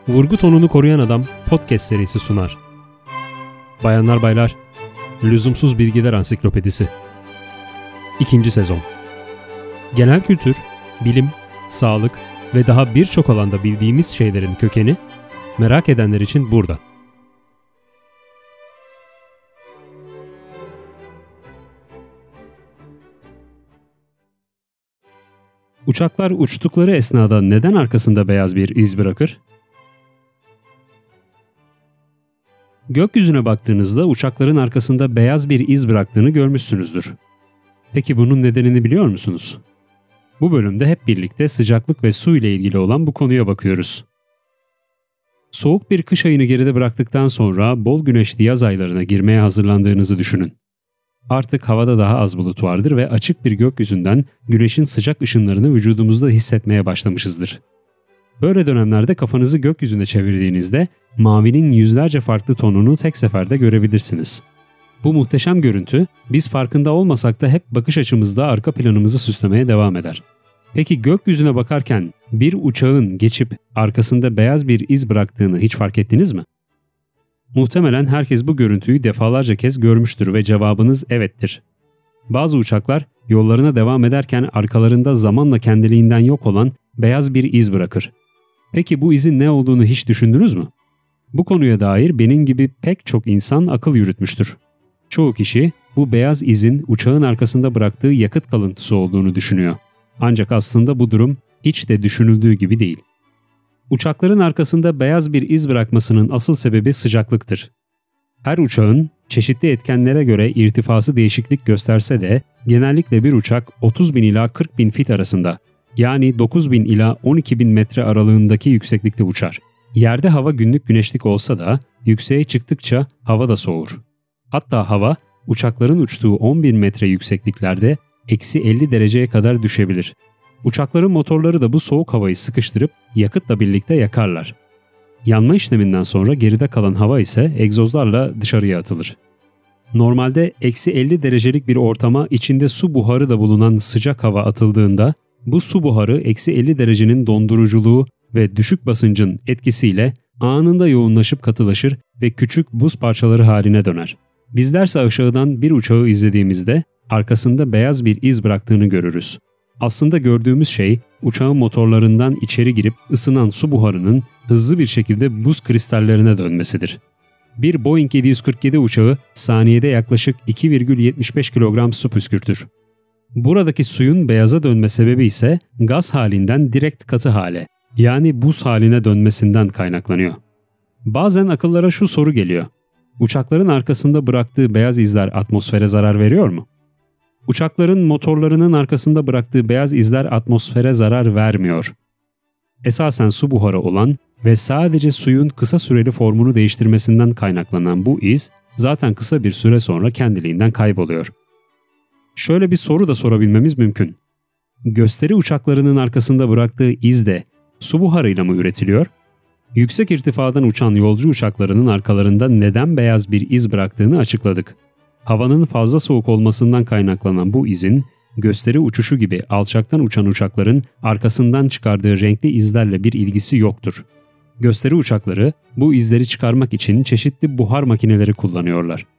Vurgu tonunu koruyan adam podcast serisi sunar. Bayanlar baylar, Lüzumsuz Bilgiler Ansiklopedisi 2. sezon. Genel kültür, bilim, sağlık ve daha birçok alanda bildiğimiz şeylerin kökeni merak edenler için burada. Uçaklar uçtukları esnada neden arkasında beyaz bir iz bırakır? Gökyüzüne baktığınızda uçakların arkasında beyaz bir iz bıraktığını görmüşsünüzdür. Peki bunun nedenini biliyor musunuz? Bu bölümde hep birlikte sıcaklık ve su ile ilgili olan bu konuya bakıyoruz. Soğuk bir kış ayını geride bıraktıktan sonra bol güneşli yaz aylarına girmeye hazırlandığınızı düşünün. Artık havada daha az bulut vardır ve açık bir gökyüzünden güneşin sıcak ışınlarını vücudumuzda hissetmeye başlamışızdır. Böyle dönemlerde kafanızı gökyüzüne çevirdiğinizde mavinin yüzlerce farklı tonunu tek seferde görebilirsiniz. Bu muhteşem görüntü biz farkında olmasak da hep bakış açımızda arka planımızı süslemeye devam eder. Peki gökyüzüne bakarken bir uçağın geçip arkasında beyaz bir iz bıraktığını hiç fark ettiniz mi? Muhtemelen herkes bu görüntüyü defalarca kez görmüştür ve cevabınız evettir. Bazı uçaklar yollarına devam ederken arkalarında zamanla kendiliğinden yok olan beyaz bir iz bırakır. Peki bu izin ne olduğunu hiç düşündünüz mü? Bu konuya dair benim gibi pek çok insan akıl yürütmüştür. Çoğu kişi bu beyaz izin uçağın arkasında bıraktığı yakıt kalıntısı olduğunu düşünüyor. Ancak aslında bu durum hiç de düşünüldüğü gibi değil. Uçakların arkasında beyaz bir iz bırakmasının asıl sebebi sıcaklıktır. Her uçağın çeşitli etkenlere göre irtifası değişiklik gösterse de genellikle bir uçak 30.000 ila 40.000 fit arasında, yani 9.000 ila 12.000 metre aralığındaki yükseklikte uçar. Yerde hava günlük güneşlik olsa da yükseğe çıktıkça hava da soğur. Hatta hava uçakların uçtuğu 10.000 metre yüksekliklerde -50 dereceye kadar düşebilir. Uçakların motorları da bu soğuk havayı sıkıştırıp yakıtla birlikte yakarlar. Yanma işleminden sonra geride kalan hava ise egzozlarla dışarıya atılır. Normalde -50 derecelik bir ortama içinde su buharı da bulunan sıcak hava atıldığında bu su buharı -50 derecenin donduruculuğu ve düşük basıncın etkisiyle anında yoğunlaşıp katılaşır ve küçük buz parçaları haline döner. Bizlerse aşağıdan bir uçağı izlediğimizde arkasında beyaz bir iz bıraktığını görürüz. Aslında gördüğümüz şey uçağın motorlarından içeri girip ısınan su buharının hızlı bir şekilde buz kristallerine dönmesidir. Bir Boeing 747 uçağı saniyede yaklaşık 2,75 kilogram su püskürtür. Buradaki suyun beyaza dönme sebebi ise gaz halinden direkt katı hale, yani buz haline dönmesinden kaynaklanıyor. Bazen akıllara şu soru geliyor. Uçakların arkasında bıraktığı beyaz izler atmosfere zarar veriyor mu? Uçakların motorlarının arkasında bıraktığı beyaz izler atmosfere zarar vermiyor. Esasen su buharı olan ve sadece suyun kısa süreli formunu değiştirmesinden kaynaklanan bu iz zaten kısa bir süre sonra kendiliğinden kayboluyor. Şöyle bir soru da sorabilmemiz mümkün. Gösteri uçaklarının arkasında bıraktığı iz de su buharıyla mı üretiliyor? Yüksek irtifadan uçan yolcu uçaklarının arkalarında neden beyaz bir iz bıraktığını açıkladık. Havanın fazla soğuk olmasından kaynaklanan bu izin, gösteri uçuşu gibi alçaktan uçan uçakların arkasından çıkardığı renkli izlerle bir ilgisi yoktur. Gösteri uçakları bu izleri çıkarmak için çeşitli buhar makineleri kullanıyorlar.